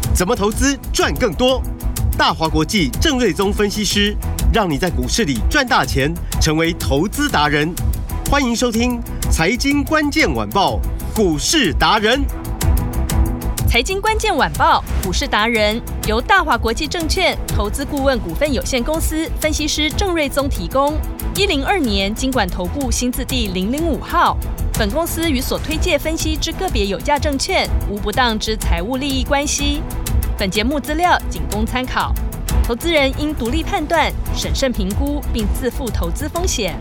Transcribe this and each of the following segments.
怎么投资赚更多？大华国际郑瑞宗分析师让你在股市里赚大钱，成为投资达人。欢迎收听《财经关键晚报》股市达人。 财经关键晚报股市达人由大华国际证券投资顾问股份有限公司分析师郑瑞宗提供。102年金管投顾新字第005号。本公司与所推介分析之个别有价证券无不当之财务利益关系。本节目资料仅供参考，投资人应独立判断、审慎评估，并自负投资风险。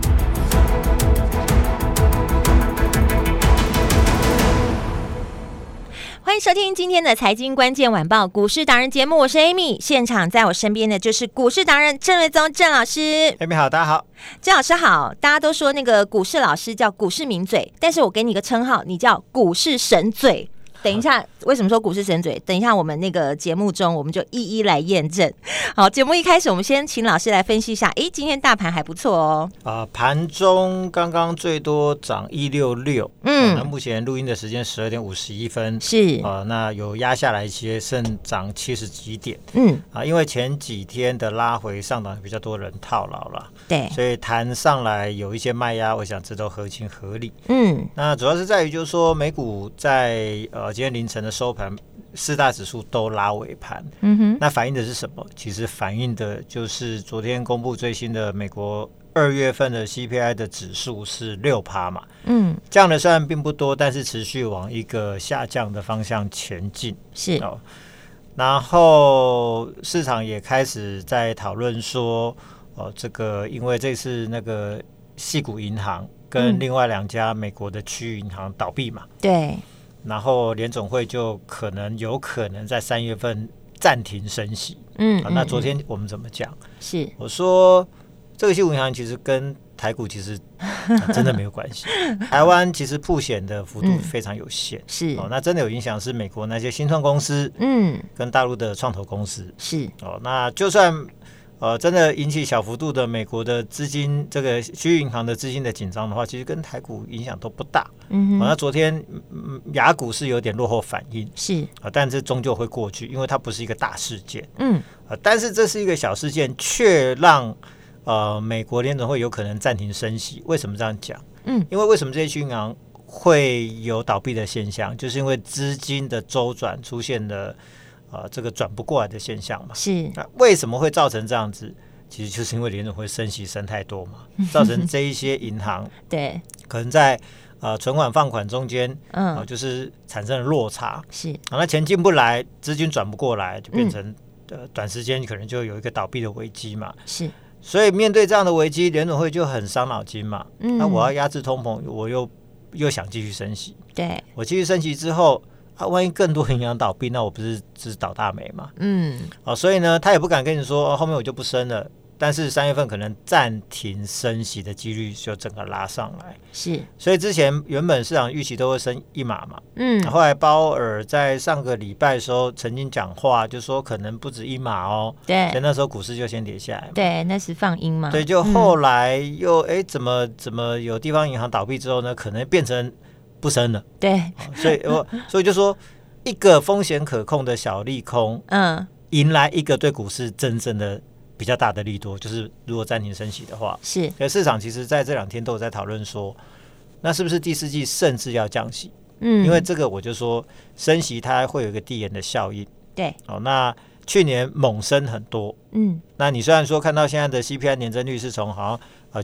欢迎收听今天的财经关键晚报股市达人节目，我是 Amy， 现场在我身边的就是股市达人郑瑞宗郑老师。 Amy 好，大家好。 郑老师好。大家都说那个股市老师叫股市名嘴，但是我给你个称号，你叫股市神嘴。等一下，为什么说股市神嘴？等一下我们那个节目中，我们就一一来验证。好，节目一开始，我们先请老师来分析一下。今天大盘还不错哦。 盘中刚刚最多涨166，那目前录音的时间12点51分， 是那有压下来一些，剩涨70几点，因为前几天的拉回上档比较多人套牢了， 对， 所以弹上来有一些卖压，我想这都合情合理。那主要是在于就是说美股在今天凌晨的收盘，四大指数都拉尾盘。那反映的是什么？其实反映的就是昨天公布最新的美国2月份的 CPI 的指数是6%嘛。降的虽然并不多，但是持续往一个下降的方向前进。 是。 然后市场也开始在讨论说，这个因为这次那个矽谷银行跟另外2家美国的区域银行倒闭嘛。 对。 然后联总会就有可能在3月份暂停升息。那昨天我们怎么讲？是我说这个矽谷银行其实跟台股其实真的没有关系。台湾其实曝险的幅度非常有限。是那真的有影响是美国那些新创公司，跟大陆的创投公司。是那就算真的引起小幅度的美国的资金，这个区域银行的资金的紧张的话，其实跟台股影响都不大。那昨天亚股是有点落后反应，是但这终究会过去，因为它不是一个大事件。但是这是一个小事件，却让美国联总会有可能暂停升息。为什么这样讲？因为什么这些区域银行会有倒闭的现象，就是因为资金的周转出现了这个转不过来的现象嘛。是为什么会造成这样子？其实就是因为联总会升息升太多嘛，造成这一些银行对可能在存款放款中间就是产生了落差。是那钱进不来，资金转不过来，就变成短时间可能就有一个倒闭的危机嘛。是所以面对这样的危机，联总会就很伤脑筋嘛。那我要压制通膨，我又想继续升息。对，我继续升息之后。万一更多银行倒闭，那我不是只倒大霉吗？所以呢，他也不敢跟你说，后面我就不升了。但是3月份可能暂停升息的几率就整个拉上来。是，所以之前原本市场预期都会升1码嘛。后来鲍尔在上个礼拜的时候曾经讲话，就说可能不止1码哦。对，所以那时候股市就先跌下来嘛。对，那是放鹰嘛。对，就后来又怎么有地方银行倒闭之后呢，可能变成不升了。对，所以就说一个风险可控的小利空，迎来一个对股市真正的比较大的利多，就是如果暂停升息的话，是。可市场其实在这2天都有在讨论说，那是不是第4季甚至要降息？因为这个我就说升息它会有一个递延的效应。对，那去年猛升很多，那你虽然说看到现在的 CPI 年增率是从好像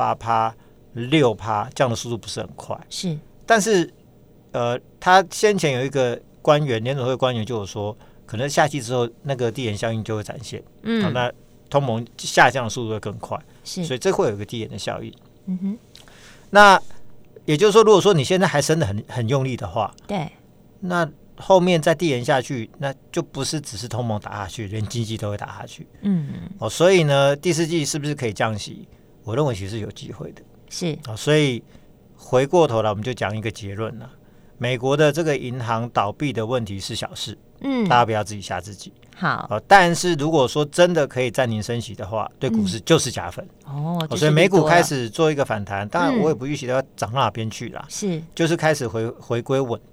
9%、8%、6%降的速度不是很快，是。但是他先前有一个官员，联总会官员就有说，可能夏季之后那个递延效应就会展现，那通膨下降的速度会更快，是，所以这会有一个递延的效应。那也就是说，如果说你现在还升得很用力的话，对，那后面再递延下去，那就不是只是通膨打下去，连经济都会打下去。所以呢，第4季是不是可以降息？我认为其实是有机会的，是。所以回过头来，我们就讲一个结论了：美国的这个银行倒闭的问题是小事，大家不要自己吓自己。好，但是如果说真的可以暂停升息的话，对股市就是加分。所以美股开始做一个反弹，当然我也不预期它要涨到哪边去啦，是，就是开始回归稳定。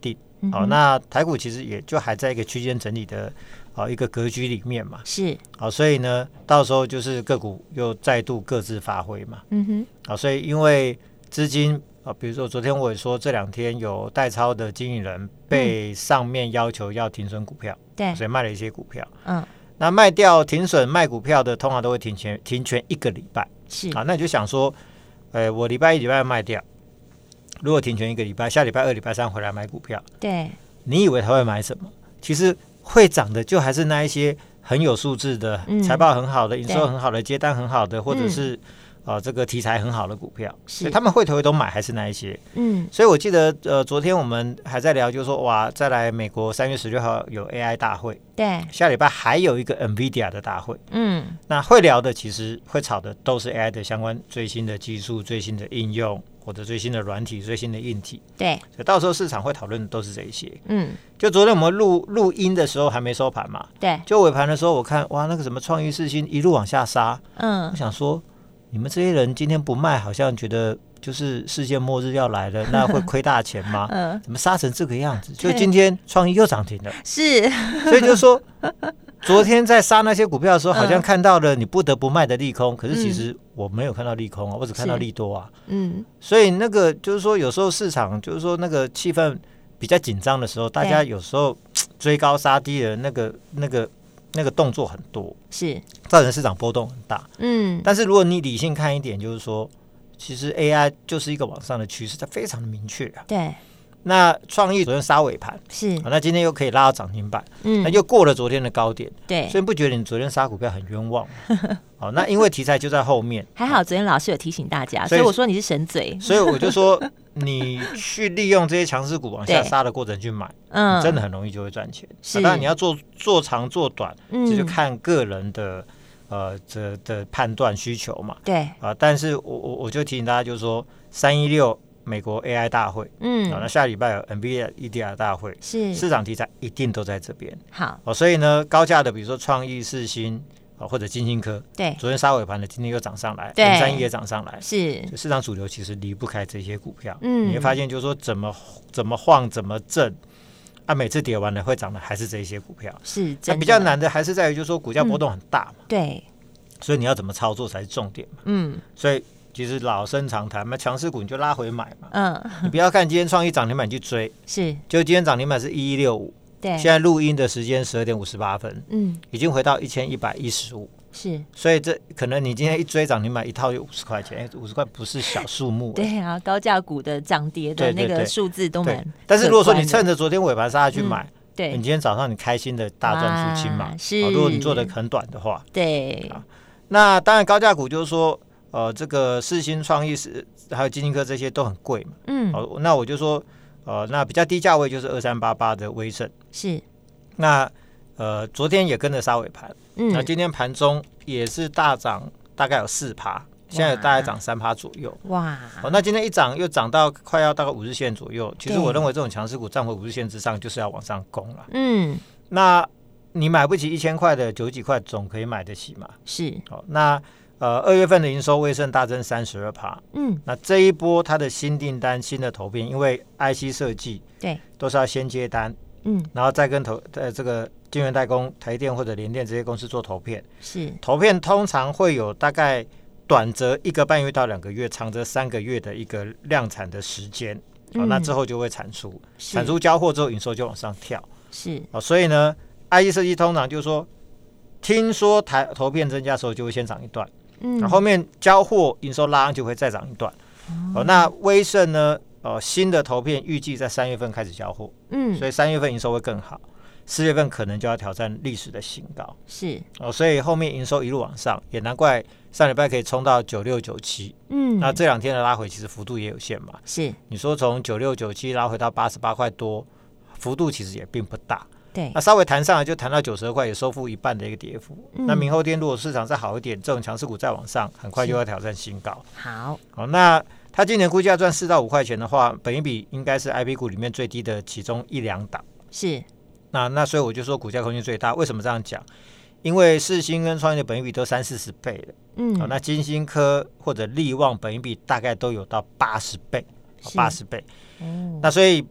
好，那台股其实也就还在一个区间整理的一个格局里面嘛， 是好，所以呢，到时候就是个股又再度各自发挥嘛，好，所以因为资金比如说昨天我也说这2天有代操的经理人被上面要求要停损股票，对，所以卖了一些股票，那卖掉停损卖股票的通常都会停权1个礼拜，是啊，那你就想说，我礼拜1礼拜2卖掉。如果停权1个礼拜，下礼拜2礼拜3回来买股票，对，你以为他会买什么？其实会涨的就还是那一些很有素质的、财报很好的、营收很好的、接单很好的，或者是这个题材很好的股票，所以他们会都买还是那一些。所以我记得昨天我们还在聊，就是说哇，再来美国3月16号有 AI 大会，对，下礼拜还有一个 NVIDIA 的大会，那会聊的其实会炒的都是 AI 的相关最新的技术、最新的应用。或者最新的软体、最新的硬体，对，所以到时候市场会讨论的都是这一些。就昨天我们录音的时候还没收盘嘛，对，就尾盘的时候我看哇，那个什么创意世新一路往下杀，我想说你们这些人今天不卖，好像觉得就是世界末日要来了，那会亏大钱吗？怎么杀成这个样子？就今天创意又涨停了，是，所以就是说。昨天在杀那些股票的时候，好像看到了你不得不卖的利空，可是其实我没有看到利空啊，我只看到利多啊。所以那个就是说，有时候市场就是说那个气氛比较紧张的时候，大家有时候追高杀低的那个动作很多，是造成市场波动很大。但是如果你理性看一点，就是说，其实 AI 就是一个往上的趋势，它非常的明确啊。对。那创意昨天杀尾盘是，那今天又可以拉到涨停板，那又过了昨天的高点，对，所以不觉得你昨天杀股票很冤枉吗？好，那因为题材就在后面， 还好昨天老师有提醒大家，所以我说你是神嘴， 所以我就说你去利用这些强势股往下杀的过程去买，你真的很容易就会赚钱。当然你要做长做短，这就看个人的的判断需求嘛，对但是我就提醒大家，就是说316。美国 AI 大会，那下礼拜有 NVIDIA 大会，是市场题材一定都在这边。好，所以呢，高价的比如说创意、世新或者金星科，对，昨天杀尾盘的，今天又涨上来，M31也涨上来，是市场主流其实离不开这些股票。你会发现就是说怎么晃怎么震。每次跌完了会涨的还是这些股票，是那比较难的还是在于就是说股价波动很大嘛，对，所以你要怎么操作才是重点嘛，所以。其实老生常谈嘛，强势股你就拉回买嘛。你不要看今天创意涨停板去追，是，就今天涨停板是1165，对，现在录音的时间12点58分，已经回到1115，是，所以这可能你今天一追涨停板一套就50块钱，50块不是小数目。 对啊，高价股的涨跌的那个数字都蛮。 但是如果说你趁着昨天尾盘杀下去买，对，你今天早上你开心的大赚出清嘛，是，如果你做的很短的话，对，那当然高价股就是说。这个世新创意还有金星科这些都很贵嘛，那我就说，那比较低价位就是2388的威盛，是，那昨天也跟着杀尾盘，那今天盘中也是大涨，大概有4%，现在大概涨3%左右，哇，那今天一涨又涨到快要大概50日线左右，其实我认为这种强势股站回50日线之上就是要往上攻了，那你买不起1000块的90几块总可以买得起嘛，是，那。2月份的营收威盛大增32%，那这一波它的新订单、新的投片，因为 IC 设计对都是要先接单，然后再跟这个晶圆代工、台电或者联电这些公司做投片，是投片通常会有大概短则1个半月到2个月，长则3个月的一个量产的时间，那之后就会产出交货之后，营收就往上跳，是所以呢 ，IC 设计通常就是说，听说投片增加的时候就会先涨一段。后面交货营收拉上就会再涨一段，那威盛呢？新的投片预计在3月份开始交货，所以3月份营收会更好，4月份可能就要挑战历史的新高，是所以后面营收一路往上，也难怪上礼拜可以冲到96、97，那这2天的拉回其实幅度也有限嘛，是你说从96、97拉回到88块多，幅度其实也并不大。对，那稍微弹上来就弹到92块，也收复一半的一个跌幅。那明后天如果市场再好一点，这种强势股再往上，很快就要挑战新高。好，那它今年估价赚4到5块钱的话，本益比应该是 IB 股里面最低的其中1-2档。是，那所以我就说股价空间最大。为什么这样讲？因为世新跟创意的本益比都30-40倍了。那金星科或者力旺本益比大概都有到80倍，80倍。那所以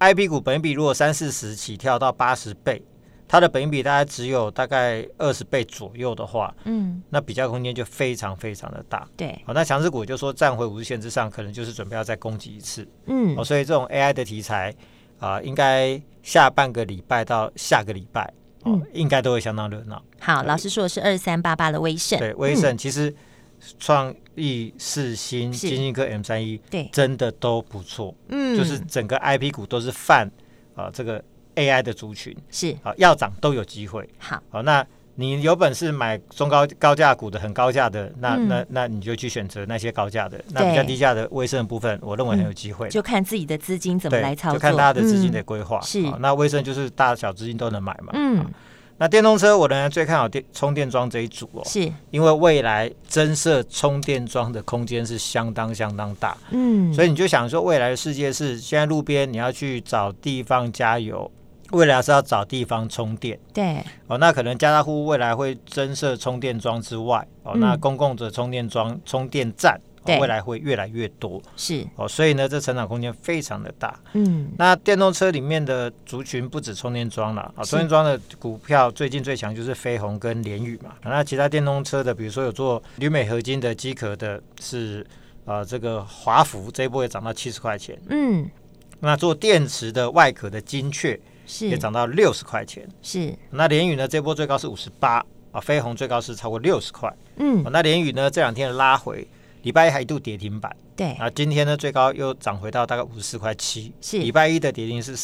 IP 股本益比如果30-40起跳到80倍，它的本益比大概只有大概20倍左右的话，那比较空间就非常非常的大。 对， 那强势股就说站回50线之上，可能就是准备要再攻击一次。所以这种 AI 的题材应该下半个礼拜到下个礼拜，应该都会相当热闹。 好，老师说的是2388的威盛， 对，威盛其实创意、世新、金信科 M31， 对，真的都不错。就是整个 IP 股都是泛这个 AI 的族群，是要涨都有机会。好，那你有本事买中高价股的很高价的，那你就去选择那些高价的，那比较低价的威盛的部分，我认为很有机会。 就看自己的资金怎么来操作， 就看大家的资金的规划。是，那威盛就是大小资金都能买嘛。那电动车我仍然最看好充电桩这一组是因为未来增设充电桩的空间是相当大。所以你就想说，未来的世界是现在路边你要去找地方加油。未来是要找地方充电，对，那可能家家户户未来会增设充电桩之外，那公共的充电桩、充电站，未来会越来越多，是，所以呢，这成长空间非常的大。那电动车里面的族群不止充电桩了，充电桩的股票最近最强就是飞鸿跟联宇嘛。那其他电动车的，比如说有做铝镁合金的机壳的是这个华孚，这一波也涨到70块钱。那做电池的外壳的精确。也涨到60块钱，是。那联宇呢，这波最高是58飞鸿最高是超过60块。那联宇呢这2天的拉回，礼拜一还一度跌停板，对。今天呢最高又涨回到大概54块7，是。礼拜一的跌停是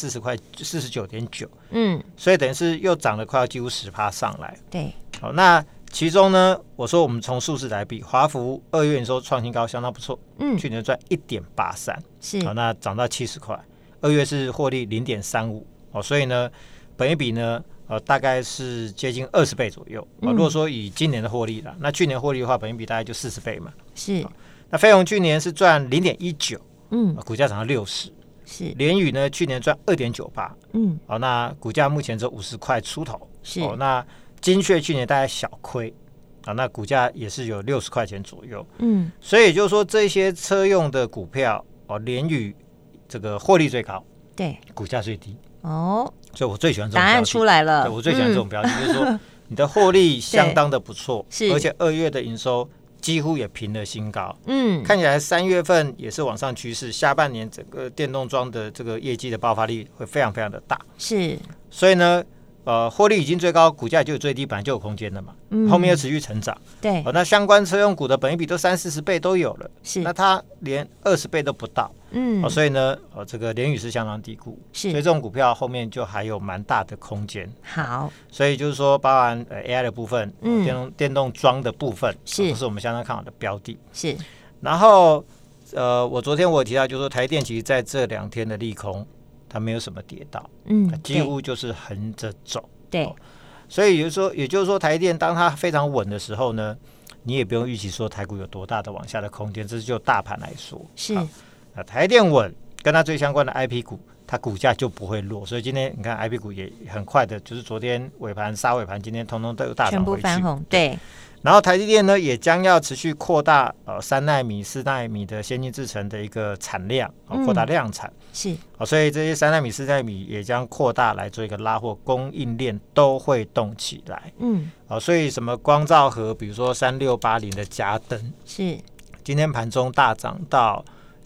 49.9，所以等于是又涨了快要几乎10%上来，对。好，那其中呢，我说我们从数字来比，华孚2月营收创新高，相当不错，去年赚1.83，是。好，那涨到70块，2月是获利0.35。所以呢，本益比呢，大概是接近20倍左右。如果说以今年的获利啦，那去年获利的话，本益比大概就40倍嘛。是。那飞鸿去年是赚0.19，股价涨到60。是。联宇呢，去年赚2.98，那股价目前只有50块出头。是。那精确去年大概小亏，那股价也是有60块钱左右。所以也就是说，这些车用的股票，联宇这个获利最高，对，股价最低。所以我最喜欢这种标的，答案出来了。 对，我最喜欢这种标的，就是说你的获利相当的不错，而且2月的营收几乎也平了新高。看起来3月份也是往上趋势，下半年整个电动装的这个业绩的爆发力会非常非常的大。是，所以呢，获利已经最高，股价就有最低，本来就有空间的嘛。后面又持续成长。对，那相关车用股的本益比都30-40倍都有了，是，那它连20倍都不到。所以呢，这个联宇是相当低估，是，所以这种股票后面就还有蛮大的空间。好，所以就是说，包含AI 的部分，电动装的部分，是，都是我们相当看好的标的。是，然后我昨天我有提到，就是说台电其实在这2天的利空，它没有什么跌倒，几乎就是横着走。对，所以也就是说，台电当它非常稳的时候呢，你也不用预期说台股有多大的往下的空间，这是就大盘来说。是。台电稳，跟它最相关的 IP 股，它股价就不会弱，所以今天你看 IP 股也很快的，就是昨天尾盘杀尾盘，今天通通都有大涨回去，全部翻红。对。然后台积电呢，也将要持续扩大3奈米、4奈米的先进制程的一个产量，扩大量产。是。所以这些3奈米、4奈米也将扩大来做一个拉货，供应链都会动起来。所以什么光罩盒，比如说3680的嘉登，是今天盘中大涨到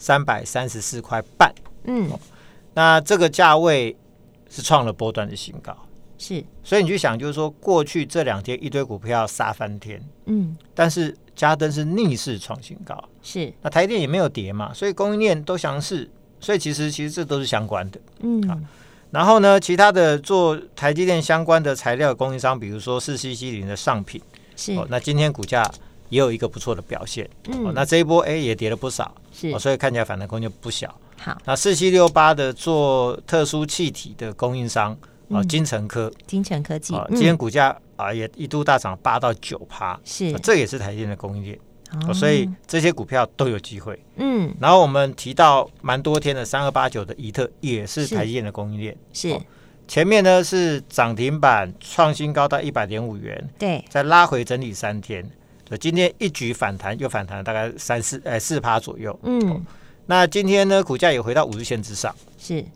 334块半，那这个价位是创了波段的新高，是，所以你去想，就是说过去这2天一堆股票杀翻天，但是嘉登是逆势创新高，是，那台电也没有跌嘛，所以供应链都强势，所以其实这都是相关的，然后呢，其他的做台积电相关的材料供应商，比如说4C70的上品，是，那今天股价也有一个不错的表现，那这一波也跌了不少，是，所以看起来反弹空间不小。好，那4768的做特殊气体的供应商，精诚科技，今天股价也一度大涨8到9%，是，这也是台积电的供应链，所以这些股票都有机会。然后我们提到蛮多天的3289的怡特也是台积电的供应链，是。前面呢是涨停板创新高到100.5元，对，再拉回整理3天。今天一举反弹，又反弹了大概4%左右。那今天呢，股价也回到50线之上。是。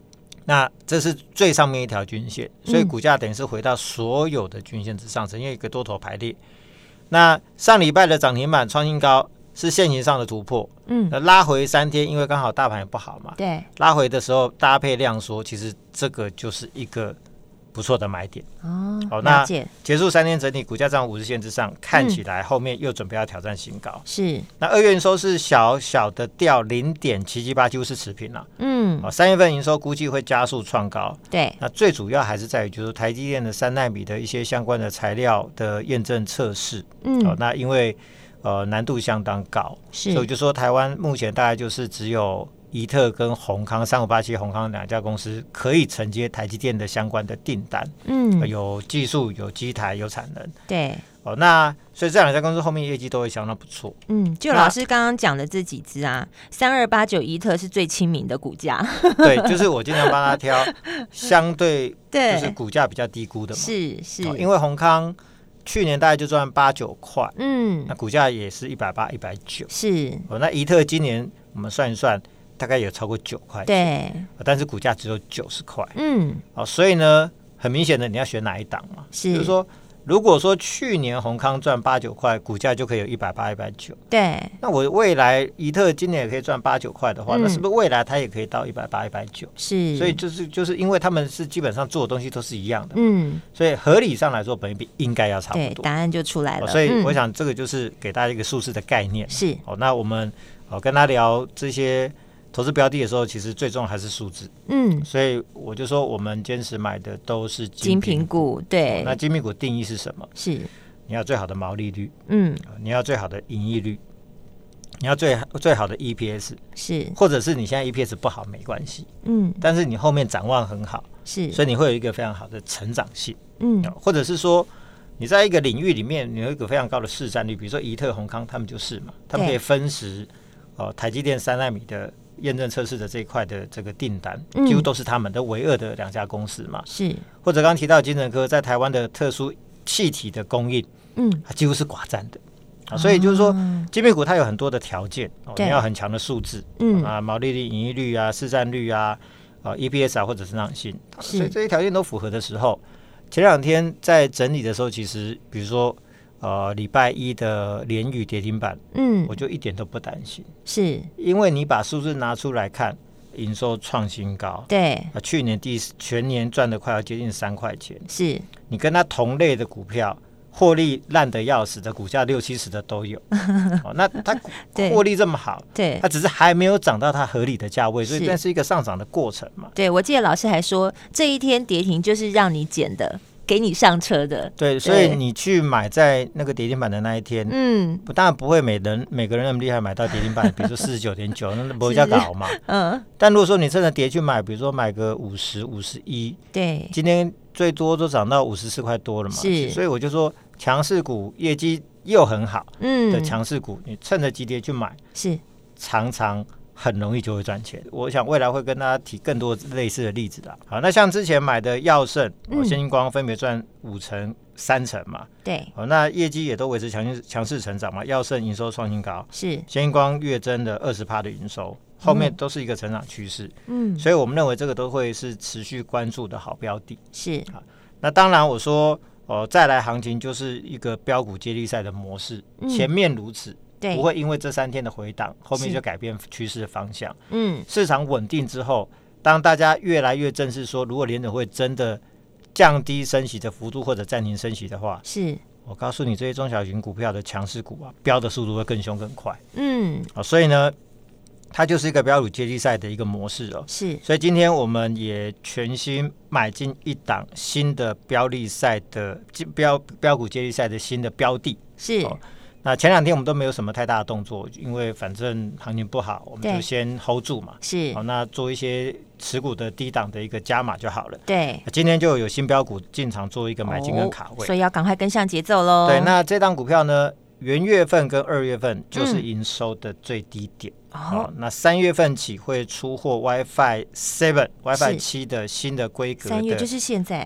那这是最上面一条均线，所以股价等于是回到所有的均线之上，呈现一个多头排列。那上礼拜的涨停板创新高是线型上的突破，拉回3天，因为刚好大盘也不好嘛， 对， 拉回的时候搭配量缩，其实这个就是一个不错的买点哦。 那结束3天整理，股价站50线之上，看起来后面又准备要挑战新高。 是， 那2月营收是小小的掉0.778，几乎是持平了。3月份营收估计会加速创高。 对， 那最主要还是在于就是台积电的3奈米的一些相关的材料的验证测试。那因为难度相当高，所以我就说台湾目前大概就是只有宜特跟宏康3587宏康2家公司可以承接台积电的相关的订单，有技术、有机台、有产能。 对， 那所以这2家公司后面业绩都会相当不错。 就老师刚刚讲的这几只啊，3289宜特是最亲民的股价。 对，就是我经常帮他挑相对就是股价比较低估的嘛。 是， 因为宏康去年大概就赚8、9块，那股价也是180、190。 是， 那宜特今年我们算一算，大概有超过9块钱， 对， 但是股价只有90块，所以呢，很明显的你要选哪一档嘛？就是说，如果说去年宏康赚8、9块，股价就可以有180、190， 对， 那我未来宜特今年也可以赚8、9块的话，那是不是未来它也可以到180、190？ 是， 所以就是因为他们是基本上做的东西都是一样的，所以合理上来说，本益比应该要差不多， 对，答案就出来了。 所以我想这个就是给大家一个数字的概念。 是， 那我们跟他聊这些投资标的的时候，其实最重要还是数字。所以我就说，我们坚持买的都是精品股。 对， 那精品股定义是什么？ 是你要最好的毛利率，你要最好的盈利率，你要最好的 EPS， 是， 或者是你现在 EPS 不好没关系，但是你后面展望很好， 是， 所以你会有一个非常好的成长性，或者是说你在一个领域里面，你有一个非常高的市占率，比如说宜特、宏康，他们就是嘛，他们可以分食台积电3奈米的验证测试的这一块的这个订单，几乎都是他们的唯二的2家公司嘛。 是，或者刚刚提到精神科在台湾的特殊气体的供应，它几乎是寡占的。所以就是说，精品股它有很多的条件，你要很强的数字，毛利率、盈利率啊、市占率啊、EPS 啊或者成长性，所以这些条件都符合的时候，前2天在整理的时候，其实比如说礼拜1的联宇跌停板，我就一点都不担心， 是因为你把数字拿出来看，营收创新高， 对， 去年全年赚的快要接近3块钱， 是你跟它同类的股票获利烂得要死的股价60、70的都有，那它获利这么好， 对， 它只是还没有涨到它合理的价位，所以那是一个上涨的过程嘛。 对，我记得老师还说，这一天跌停就是让你捡的。给你上车的， 对，所以你去买在那个跌停板的那一天，当然不会每个人那么厉害买到跌停板，比如说49.9，那不会叫搞嘛，但如果说你真的跌去买，比如说买个50、51， 对， 今天最多都涨到54块多了嘛， 是， 所以我就说强势股业绩又很好的强势股，你趁着急跌去买，是常常很容易就会赚钱。我想未来会跟大家提更多类似的例子啦。好，那像之前买的耀盛、先进光分别赚5成、3成嘛， 对， 那业绩也都维持强势成长嘛。耀盛营收创新高，是先进光月增的20%的营收，后面都是一个成长趋势。所以我们认为这个都会是持续关注的好标的。是，那当然我说再来行情就是一个标股接力赛的模式，前面如此。不会因为这3天的回档，后面就改变趋势的方向。市场稳定之后，当大家越来越正视说，如果联准会真的降低升息的幅度或者暂停升息的话，是我告诉你，这些中小型股票的强势股啊，飙的速度会更凶更快。所以呢，它就是一个标股接力赛的一个模式哦。是，所以今天我们也全新买进一档新的标股接力赛的新的标的。是。那前2天我们都没有什么太大的动作，因为反正行情不好，我们就先 hold 住嘛。是，好，那做一些持股的低档的一个加码就好了。对，今天就有新标股进场做一个买进跟卡位， 所以要赶快跟上节奏喽。 对，那这档股票呢，元月份跟2月份就是营收的最低点。那3月份起会出货 WiFi 7 的新的规格的，3 月就是现在。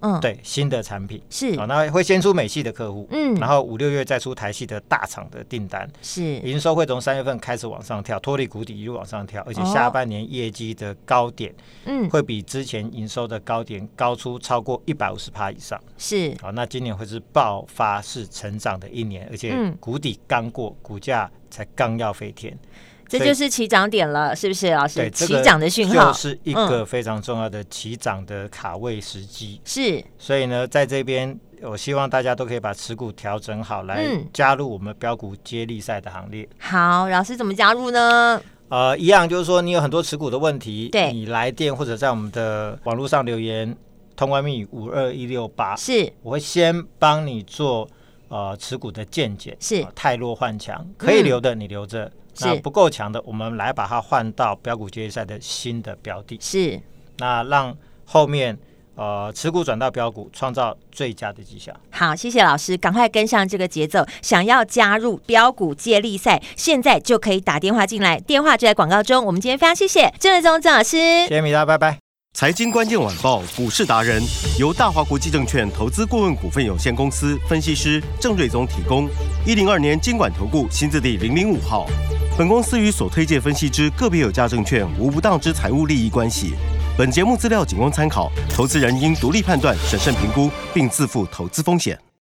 对，新的产品是那会先出美系的客户，然后5、6月再出台系的大厂的订单， 是营收会从3月份开始往上跳，脱离谷底一路往上跳，而且下半年业绩的高点，会比之前营收的高点高出超过150%以上， 是那今年会是爆发式成长的一年，而且谷底刚过，股价才刚要飞天。 这就是起涨点了，是不是老师？起涨的讯号就是一个非常重要的起涨的卡位时机。 是， 所以呢，在这边我希望大家都可以把持股调整好，来加入我们标股接力赛的行列。 好，老师怎么加入呢？ 一样就是说，你有很多持股的问题， 对， 你来电或者在我们的网络上留言，通关密语52168， 是， 我会先帮你做持股的健检， 是汰弱换强，可以留的你留着。那不够强的，我们来把它换到标股接力赛的新的标的， 是那让后面持股转到标股，创造最佳的绩效。 好，谢谢老师，赶快跟上这个节奏。想要加入标股接力赛，现在就可以打电话进来，电话就在广告中。我们今天非常谢谢郑瑞宗郑老师，谢谢米大，拜拜。 财经关键晚报股市达人由大华国际证券投资顾问股份有限公司分析师郑瑞宗提供。102年金管投顾新字第005号。本公司与所推介分析之个别有价证券无不当之财务利益关系。本节目资料仅供参考，投资人应独立判断、审慎评估，并自负投资风险。